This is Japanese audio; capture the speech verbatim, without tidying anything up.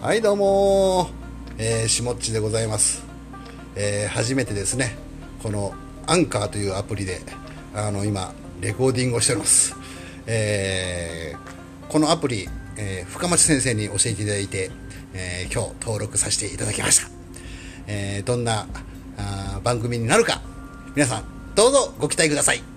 はいどうもー、えー、しもっちでございます。えー、初めてですね、このアンカーというアプリであの今レコーディングをしております。えー、このアプリ、えー、深町先生に教えていただいて、えー、今日登録させていただきました。えー、どんなあ番組になるか皆さんどうぞご期待ください。